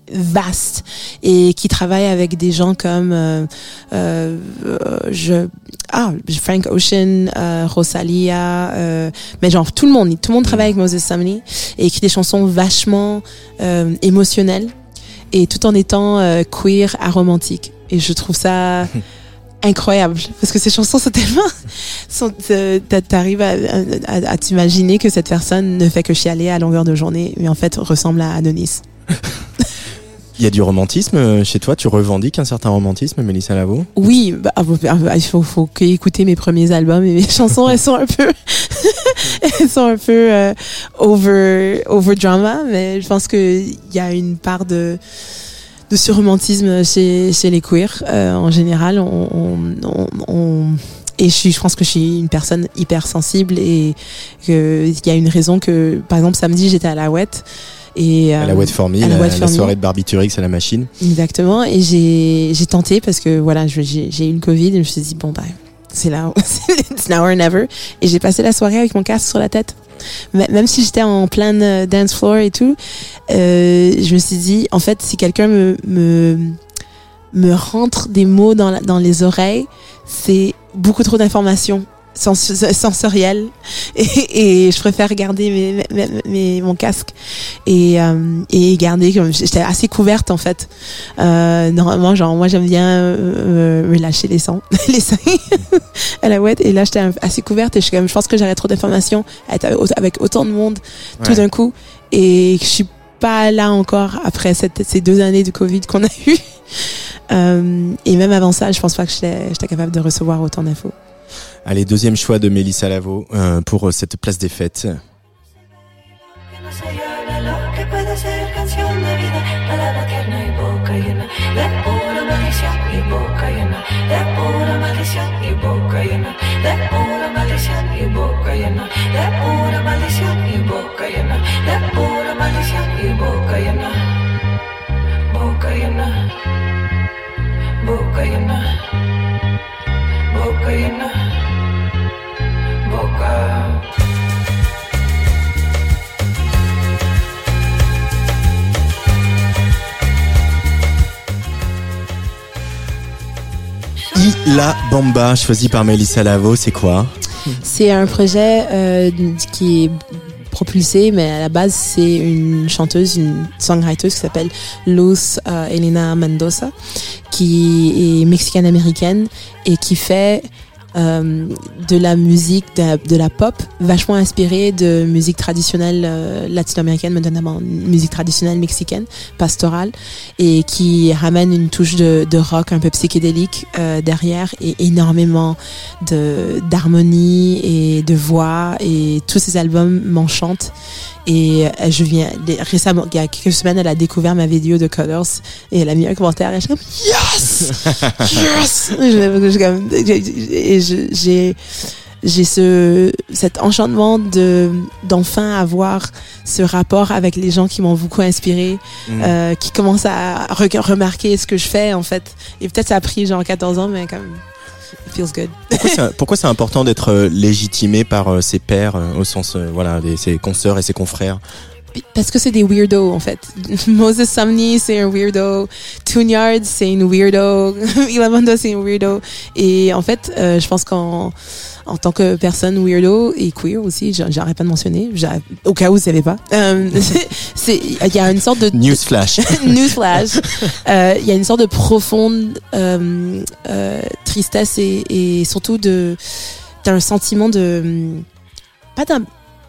Speaker 5: vaste et qui travaille avec des gens comme euh, euh, je ah Frank Ocean, euh, Rosalia, euh, mais genre tout le monde, tout le monde travaille avec Moses Sumney et écrit des chansons vachement euh, émotionnelles et tout en étant euh, queer, aromantique. Et je trouve ça incroyable parce que ces chansons sont tellement sont, euh, t'arrives à, à, à t'imaginer que cette personne ne fait que chialer à longueur de journée mais en fait ressemble à Adonis.
Speaker 3: Il y a du romantisme chez toi, tu revendiques un certain romantisme, Mélissa Lavo? Oui,
Speaker 5: bah, il faut, faut écouter mes premiers albums et mes chansons, elles sont un peu, elles sont un peu euh, over, over drama, mais je pense que il y a une part de de ce romantisme chez chez les queers euh, en général. On, on, on, on et je, suis, je pense que je suis une personne hyper sensible et que il y a une raison que, par exemple, samedi j'étais à la Ouette. Et, euh,
Speaker 3: à la Wet For Me, la, la, la soirée de Barbiturix à la machine.
Speaker 5: Exactement. Et j'ai, j'ai tenté parce que voilà, j'ai, j'ai eu le Covid et je me suis dit, bon, bah, c'est là, it's now or never. Et j'ai passé la soirée avec mon casque sur la tête. Même si j'étais en plein dance floor et tout, euh, je me suis dit, en fait, si quelqu'un me, me, me rentre des mots dans, la, dans les oreilles, c'est beaucoup trop d'informations sens- sensorielles et, et je préfère garder mes, mes, mes, mon casque et, euh, et garder comme j'étais assez couverte en fait. Euh, normalement, genre moi j'aime bien euh, me lâcher les sangs, les seins à la ouette et là j'étais assez couverte et je, je pense que j'aurais trop d'informations à être avec autant de monde tout ouais. d'un coup et je suis pas là encore après cette, ces deux années de Covid qu'on a eu. Euh, et même avant ça, je pense pas que j'étais, j'étais capable de recevoir autant d'infos.
Speaker 3: Allez, deuxième choix de Mélissa Lavo euh, pour cette place des fêtes. La Bamba, choisi par Mélissa Lavo, c'est quoi?
Speaker 5: C'est un projet euh, qui est propulsé, mais à la base, c'est une chanteuse, une songwriter qui s'appelle Luz euh, Elena Mendoza, qui est mexicaine-américaine et qui fait euh, de la musique, de la, de la pop, vachement inspirée de musique traditionnelle euh, latino-américaine, mais notamment musique traditionnelle mexicaine, pastorale, et qui ramène une touche de, de rock un peu psychédélique euh, derrière, et énormément de d'harmonie et de voix, et tous ces albums m'enchantent. Et euh, je viens récemment, il y a quelques semaines, elle a découvert ma vidéo de Colors et elle a mis un commentaire et je suis comme yes, yes. je, je, comme, et je, j'ai j'ai ce cet enchantement de d'enfin avoir ce rapport avec les gens qui m'ont beaucoup inspiré, mmh. euh, qui commencent à re- remarquer ce que je fais en fait. Et peut-être ça a pris genre quatorze ans, mais comme it feels good.
Speaker 3: Pourquoi c'est, pourquoi c'est important d'être légitimé par euh, ses pairs, euh, au sens euh, voilà, des, ses consoeurs et ses confrères?
Speaker 5: Parce que c'est des weirdos en fait. Moses Sumney c'est un weirdo, Tune-Yards c'est une weirdo, Ilamanda c'est une weirdo. Et en fait, euh, je pense qu'en en tant que personne weirdo et queer aussi, j'arrête pas de mentionner, au cas où vous savez pas, euh, c'est il y a une sorte de
Speaker 3: newsflash,
Speaker 5: newsflash, euh, il y a une sorte de profonde euh, euh, tristesse et, et surtout de d'un sentiment de pas d'un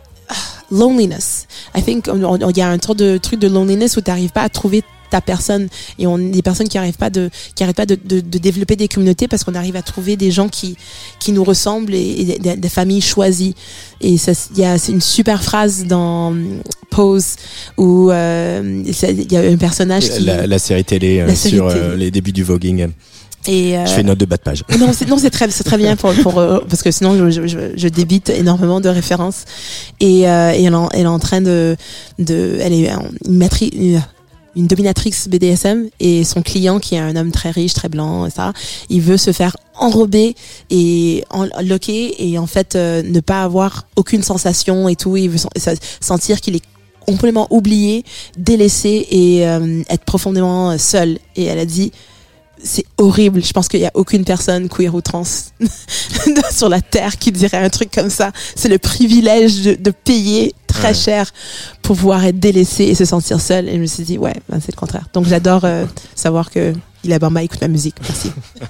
Speaker 5: loneliness. I think il y a un sorte de truc de loneliness où t'arrives pas à trouver ta personne et on des personnes qui arrivent pas de qui arrivent pas de, de, de développer des communautés parce qu'on arrive à trouver des gens qui qui nous ressemblent et, et des, des familles choisies. Et ça il y a c'est une super phrase dans Pose où euh, il y a un personnage qui
Speaker 3: la, la série télé euh, la série sur télé. Euh, les débuts du voguing. Et euh, je fais note de bas de page.
Speaker 5: Non, c'est, non, c'est très, c'est très bien pour, pour euh, parce que sinon je, je, je débite énormément de références. Et, euh, et elle, en, elle est en train de, de, elle est une maîtrise, une, une dominatrix B D S M et son client qui est un homme très riche, très blanc, et ça, il veut se faire enrober et en, loquer et en fait euh, ne pas avoir aucune sensation et tout. Il veut sen- sentir qu'il est complètement oubliée, délaissée et euh, être profondément seule. Et elle a dit, c'est horrible. Je pense qu'il y a aucune personne queer ou trans sur la terre qui dirait un truc comme ça. C'est le privilège de, de payer très ouais. cher pour pouvoir être délaissé et se sentir seul. Et je me suis dit, ouais, ben c'est le contraire. Donc j'adore euh, savoir que Ila Bamba écoute ma musique. Merci.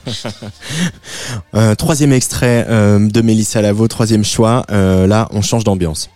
Speaker 3: euh, troisième extrait euh, de Mélissa Lavo, troisième choix. Euh, là, on change d'ambiance.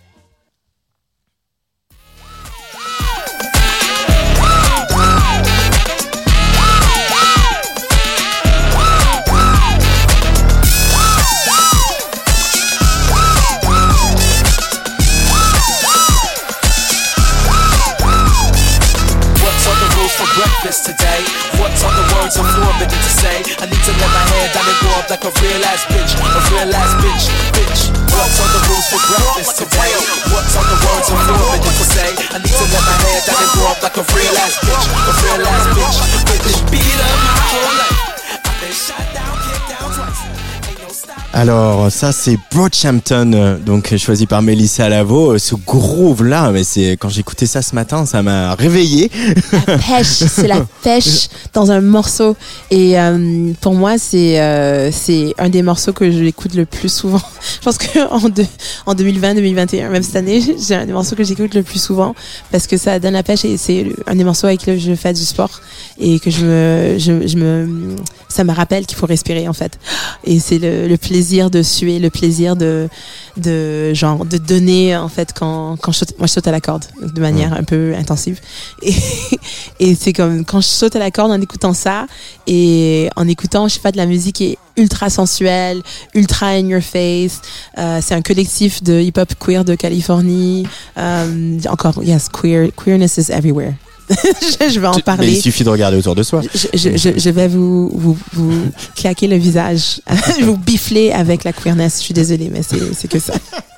Speaker 6: Today, what's on the words I'm forbidden to say? I need to let my hair down and grow up like a real ass bitch, a real ass bitch, bitch. What's on the rules for breakfast today? What's on the words I'm forbidden to say? I need to let my hair down and grow up like a real ass bitch, a real ass bitch, bitch. Beat up my whole life. I've been shot down, kicked down twice.
Speaker 3: Alors ça c'est Broadhampton, donc choisi par Mélissa Lavo. Ce groove là, mais c'est quand j'écoutais ça ce matin, ça m'a réveillé.
Speaker 5: La pêche, c'est la pêche dans un morceau. Et euh, pour moi c'est euh, c'est un des morceaux que j'écoute le plus souvent. Je pense que en, de, en deux mille vingt, deux mille vingt et un, même cette année, j'ai un des morceaux que j'écoute le plus souvent parce que ça donne la pêche et c'est un des morceaux avec lesquels je fais du sport et que je me je, je me ça me rappelle qu'il faut respirer en fait. Et c'est le, le plaisir de suer, le plaisir de de genre de donner en fait quand quand je saute, moi je saute à la corde de manière un peu intensive et et c'est comme quand je saute à la corde en écoutant ça et en écoutant je sais pas de la musique qui est ultra sensuelle, ultra in your face. Euh, c'est un collectif de hip hop queer de Californie. Euh, encore yes, queer queerness is everywhere. je vais en parler.
Speaker 3: Mais il suffit de regarder autour de soi.
Speaker 5: Je, je, je, je vais vous, vous, vous claquer le visage, vous bifler avec la queerness. Je suis désolée, mais c'est, c'est que ça.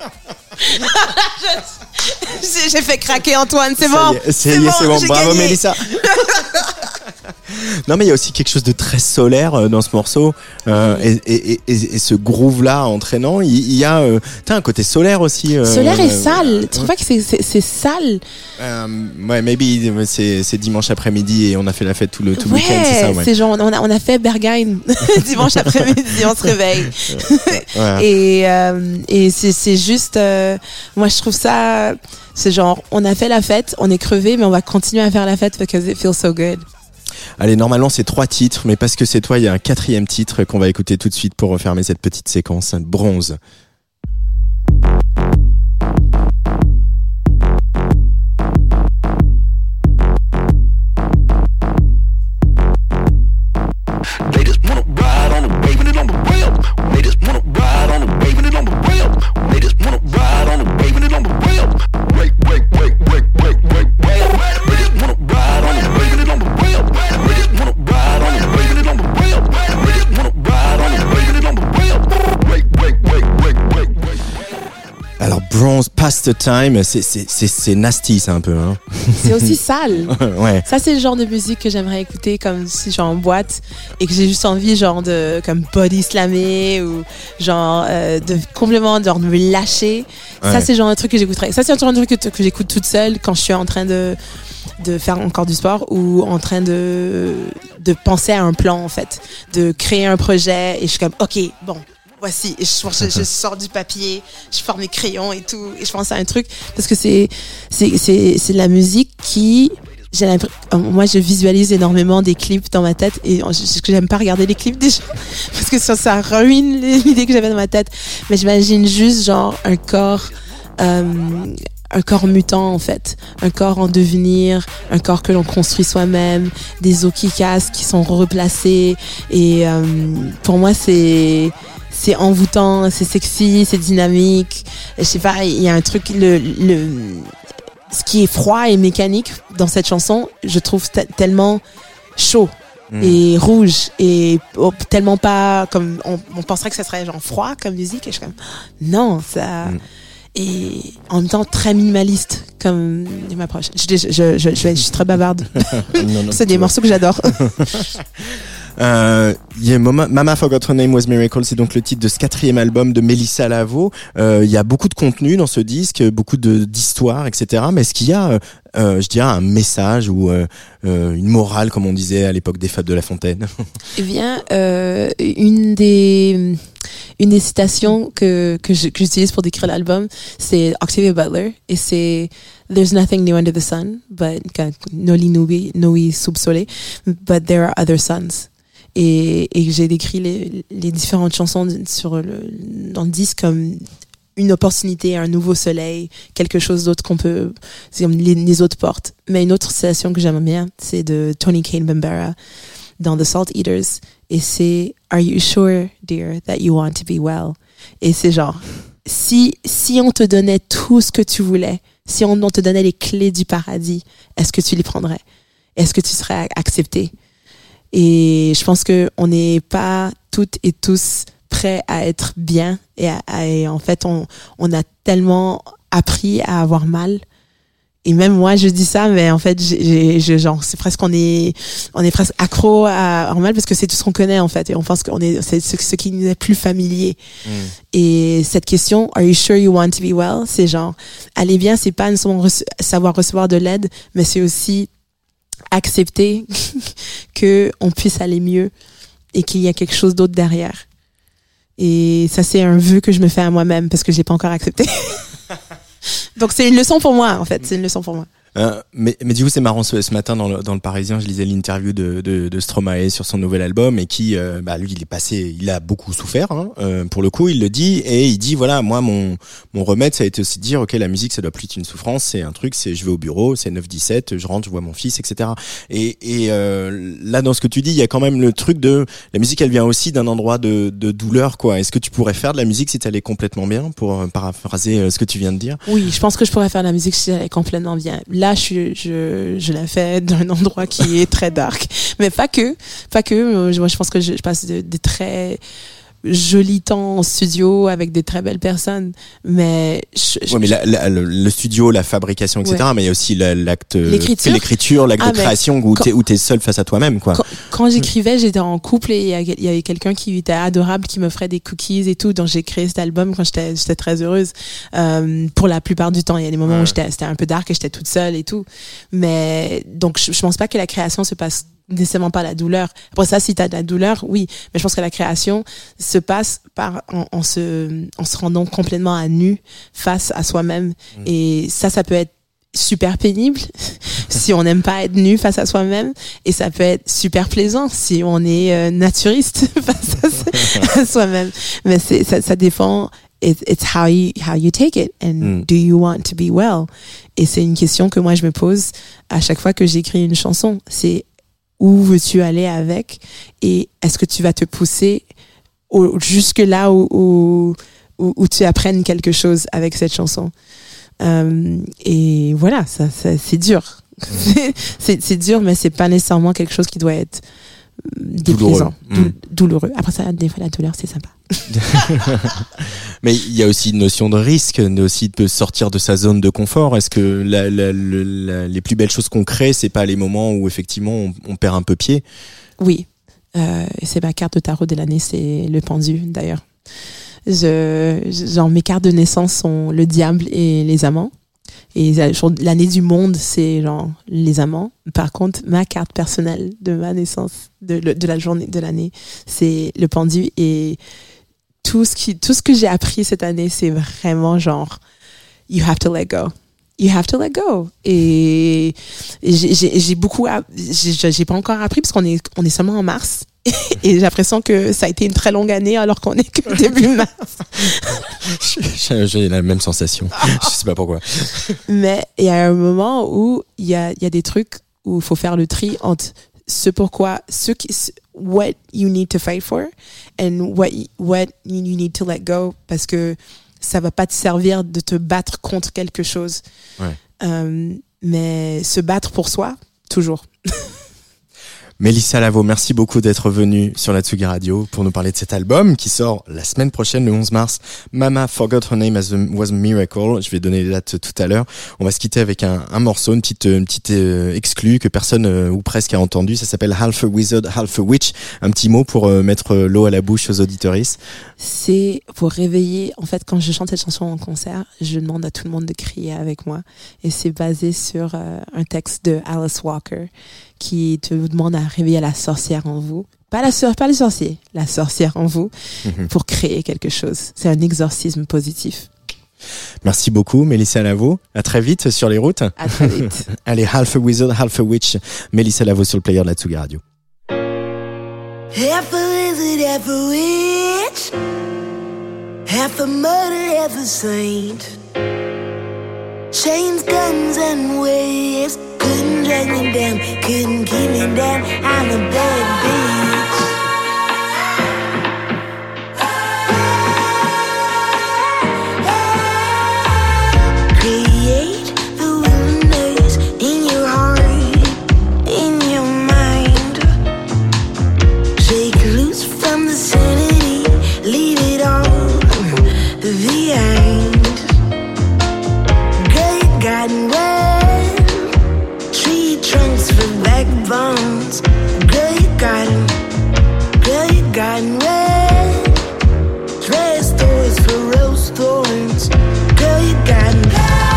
Speaker 5: j'ai, j'ai fait craquer Antoine, c'est
Speaker 3: ça
Speaker 5: bon.
Speaker 3: Y est, c'est,
Speaker 5: c'est,
Speaker 3: bon,
Speaker 5: bon,
Speaker 3: c'est bon,
Speaker 5: j'ai
Speaker 3: bravo
Speaker 5: gagné.
Speaker 3: Mélissa. Non mais il y a aussi quelque chose de très solaire dans ce morceau euh, et, et, et, et ce groove là entraînant il, il y a euh, t'as un côté solaire aussi euh,
Speaker 5: solaire et
Speaker 3: euh,
Speaker 5: sale tu
Speaker 3: ouais.
Speaker 5: trouves pas que c'est, c'est, c'est sale
Speaker 3: euh, ouais maybe c'est, c'est dimanche après-midi et on a fait la fête tout le, tout le
Speaker 5: ouais,
Speaker 3: week-end c'est ça ouais.
Speaker 5: C'est genre on a, on a fait Berghain dimanche après-midi on se réveille
Speaker 3: ouais.
Speaker 5: et, euh, et c'est, c'est juste euh, moi je trouve ça c'est genre on a fait la fête on est crevé mais on va continuer à faire la fête because it feels so good.
Speaker 3: Allez, normalement c'est trois titres, mais parce que c'est toi, il y a un quatrième titre qu'on va écouter tout de suite pour refermer cette petite séquence. Bronze.
Speaker 6: They just wanna ride on the waving it on the rail. They just wanna ride on the waving it on the rail. They just wanna ride on the waving it on the rail. Wait, wait, wait, wait, wait, wait, wait. They just wanna ride on the waving it on the rail. They just wanna ride on the waving it on the rail. They just wanna ride on the waving it on the rail. Wait, wait, wait, wait, wait, wait.
Speaker 3: Alors Bronze, Past the Time, c'est, c'est, c'est, c'est nasty ça un peu. Hein.
Speaker 5: C'est aussi sale.
Speaker 3: Ouais.
Speaker 5: Ça c'est le genre de musique que j'aimerais écouter comme si genre en boîte et que j'ai juste envie genre de comme body slammer ou genre euh, de complètement genre de me lâcher. Ouais. Ça c'est le genre de truc que j'écouterais. Ça c'est le genre de truc que, que j'écoute toute seule quand je suis en train de de faire encore du sport ou en train de de penser à un plan en fait, de créer un projet et je suis comme OK, bon. Voici, et je, je, je sors du papier, je forme mes crayons et tout, et je pense à un truc parce que c'est c'est c'est c'est de la musique qui j'ai l'impression, moi je visualise énormément des clips dans ma tête et je, que j'aime pas regarder les clips déjà parce que ça, ça ruine l'idée que j'avais dans ma tête. Mais j'imagine juste genre un corps. Euh, un corps mutant en fait, un corps en devenir, un corps que l'on construit soi-même, des os qui cassent, qui sont replacés et euh, pour moi c'est c'est envoûtant, c'est sexy, c'est dynamique. Je sais pas, il y a un truc le le ce qui est froid et mécanique dans cette chanson, je trouve t- tellement chaud. Mmh. Et rouge et oh, tellement pas comme on, on penserait que ça serait genre froid comme musique et je suis comme non ça mmh. Et en même temps très minimaliste comme il m'approche. Je, je, je, je, je suis très bavarde. non, non, c'est des morceaux que j'adore.
Speaker 3: Euh, il y a Mama, Mama Forgot Her Name Was Miracle, c'est donc le titre de ce quatrième album de Mélissa Lavo. Euh, il y a beaucoup de contenu dans ce disque, beaucoup de d'histoires, et cetera. Mais est-ce qu'il y a, euh, je dirais, un message ou euh, euh, une morale, comme on disait à l'époque des Fables de La Fontaine?
Speaker 5: Eh bien, euh, une des une des citations que que je- que j'utilise pour décrire l'album, c'est Octavia Butler et c'est There's nothing new under the sun, but noli nubi noi sub sole, but there are other suns. Et, et j'ai décrit les, les différentes chansons sur le, dans le disque comme une opportunité, un nouveau soleil, quelque chose d'autre qu'on peut, c'est comme les, les autres portes. Mais une autre citation que j'aime bien, c'est de Tony Kane Bambara dans The Salt Eaters. Et c'est Are you sure, dear, that you want to be well? Et c'est genre, si, si on te donnait tout ce que tu voulais, si on, on te donnait les clés du paradis, est-ce que tu les prendrais? Est-ce que tu serais accepté? Et je pense que on n'est pas toutes et tous prêts à être bien et, à, à- et en fait on on a tellement appris à avoir mal. Et même moi je dis ça, mais en fait j'ai, j'ai- je- genre c'est presque on est on est presque accro à avoir mal parce que c'est tout ce qu'on connaît en fait et on pense qu'on est c'est ce, ce qui nous est plus familier. Et cette question Are you sure you want to be well? C'est genre aller bien, c'est pas seulement rece- savoir recevoir de l'aide, mais c'est aussi accepter que on puisse aller mieux et qu'il y a quelque chose d'autre derrière. Et ça, c'est un vœu que je me fais à moi-même parce que j'ai pas encore accepté. Donc c'est une leçon pour moi, en fait. C'est une leçon pour moi.
Speaker 3: Euh, mais, mais du coup, c'est marrant, ce, ce matin dans le, dans le Parisien, je lisais l'interview de, de, de Stromae sur son nouvel album et qui, euh, bah, lui, il est passé, il a beaucoup souffert, hein, euh, pour le coup, il le dit et il dit, voilà, moi, mon, mon remède, ça a été aussi de dire, ok, la musique, ça doit plus être une souffrance, c'est un truc, c'est je vais au bureau, c'est neuf dix-sept, je rentre, je vois mon fils, et cetera. Et, et euh, là, dans ce que tu dis, il y a quand même le truc de, la musique, elle vient aussi d'un endroit de, de douleur, quoi. Est-ce que tu pourrais faire de la musique si t'allais complètement bien, pour euh, paraphraser euh, ce que tu viens de dire?
Speaker 5: Oui, je pense que je pourrais faire de la musique si j'allais complètement bien. Là, je suis, je, je la fais d'un endroit qui est très dark. Mais pas que, pas que. Moi, je pense que je, je passe de, de très jolis temps en studio avec des très belles personnes. Mais je, je-
Speaker 3: Ouais, mais la, la- le, le studio, la fabrication, et cetera.
Speaker 5: Ouais.
Speaker 3: Mais il y a aussi la- l'acte,
Speaker 5: L'écriture.
Speaker 3: l'écriture, l'acte
Speaker 5: Ah,
Speaker 3: de
Speaker 5: mais
Speaker 3: création où
Speaker 5: quand-
Speaker 3: t'es, où t'es seul face à toi-même, quoi.
Speaker 5: Quand, quand j'écrivais, j'étais en couple et il y a- il y avait quelqu'un qui était adorable, qui m'offrait des cookies et tout. Donc j'ai créé cet album quand j'étais, j'étais très heureuse. Euh, pour la plupart du temps, il y a des moments
Speaker 3: Ouais.
Speaker 5: où j'étais, c'était un peu dark et j'étais toute seule et tout. Mais donc je, je pense pas que la création se passe nécessairement par la douleur. Après ça, si t'as de la douleur, oui. Mais je pense que la création se passe par en, en se en se rendant complètement à nu face à soi-même. Et ça, ça peut être super pénible si on n'aime pas être nu face à soi-même et ça peut être super plaisant si on est euh, naturiste face à, s- à soi-même, mais c'est ça, ça dépend. It, it's how you how you take it and
Speaker 3: Mm.
Speaker 5: do you want to be well, et c'est une question que moi je me pose à chaque fois que j'écris une chanson. C'est où veux-tu aller avec et est-ce que tu vas te pousser au, jusque là où, où où où tu apprennes quelque chose avec cette chanson. Euh, et voilà, ça, ça c'est dur. c'est, c'est dur, mais c'est pas nécessairement quelque chose qui doit être euh, déplaisant,
Speaker 3: Douloureux.
Speaker 5: Dou- douloureux. Après ça, des fois, la douleur, c'est sympa.
Speaker 3: Mais il y a aussi une notion de risque, aussi de sortir de sa zone de confort. Est-ce que la, la, le- la- les plus belles choses qu'on crée, c'est pas les moments où effectivement on, on perd un peu pied?
Speaker 5: Oui, euh, et c'est ma carte de tarot de l'année, c'est le pendu d'ailleurs. Je, genre mes cartes de naissance sont le diable et les amants. Et genre, l'année du monde, c'est genre les amants. Par contre, ma carte personnelle de ma naissance, de, le- de la journée de l'année, c'est le pendu. Et tout ce qui, tout ce que j'ai appris cette année, c'est vraiment genre, you have to let go. You have to let go. Et j'ai, j'ai, j'ai beaucoup, app- j'ai, j'ai pas encore appris parce qu'on est, on est seulement en mars. Et j'ai l'impression que ça a été une très longue année alors qu'on est que début mars.
Speaker 3: J'ai j'ai la même sensation. Je sais pas pourquoi.
Speaker 5: Mais il y a un moment où il y a, il y a des trucs où il faut faire le tri entre ce pourquoi, ce qui, ce- what you need to fight for and what, y- what you need to let go, parce que ça va pas te servir de te battre contre quelque chose.
Speaker 3: Ouais.
Speaker 5: Euh, mais se battre pour soi, toujours.
Speaker 3: Mélissa Lavo, merci beaucoup d'être venue sur la Tsugi Radio pour nous parler de cet album qui sort la semaine prochaine, le onze mars. Mama Forgot Her Name as a, Was a Miracle. Je vais donner les dates tout à l'heure. On va se quitter avec un, un morceau, une petite, une petite euh, exclue que personne euh, ou presque a entendu. Ça s'appelle Half a Wizard, Half a Witch. Un petit mot pour euh, mettre l'eau à la bouche aux auditeuristes.
Speaker 5: C'est pour réveiller. En fait, quand je chante cette chanson en concert, je demande à tout le monde de crier avec moi. Et c'est basé sur euh, un texte de Alice Walker qui te demande à réveiller la sorcière en vous. Pas la sor- pas le sorcier, la sorcière en vous, mm-hmm. pour créer quelque chose. C'est un exorcisme positif.
Speaker 3: Merci beaucoup, Mélissa Lavo. À très vite sur les routes.
Speaker 5: À très vite.
Speaker 3: Allez, Half a Wizard, Half a Witch. Mélissa Lavo sur le player de la Tsugi Radio.
Speaker 4: Half a wizard, half a witch, half a murder, half a saint. Chains, guns, and waves couldn't drag me down, couldn't keep me down. I'm a bad bitch. Create the wilderness in your heart, in your mind. Shake loose from the sanity, leave it all behind. Gotten wet, tree trunks for backbones. Girl, you got 'em. Girl, you gotten wet. Dress stores for rose thorns. Girl, you got 'em.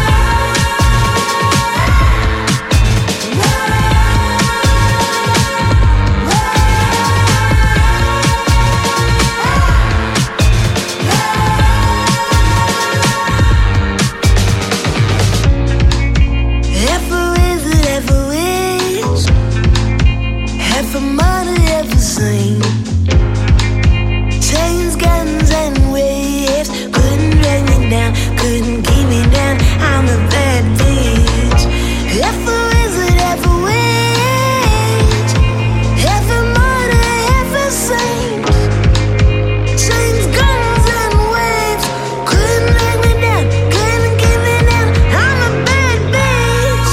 Speaker 4: For money ever seen. Chains, guns, and waves couldn't drag me down, couldn't keep me down. I'm a bad bitch. Half a wizard, half a witch, half a martyr, half a saint. Chains, guns, and waves couldn't drag me down, couldn't keep me down. I'm a bad bitch.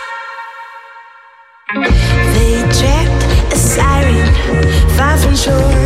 Speaker 4: They trapped a siren far from shore.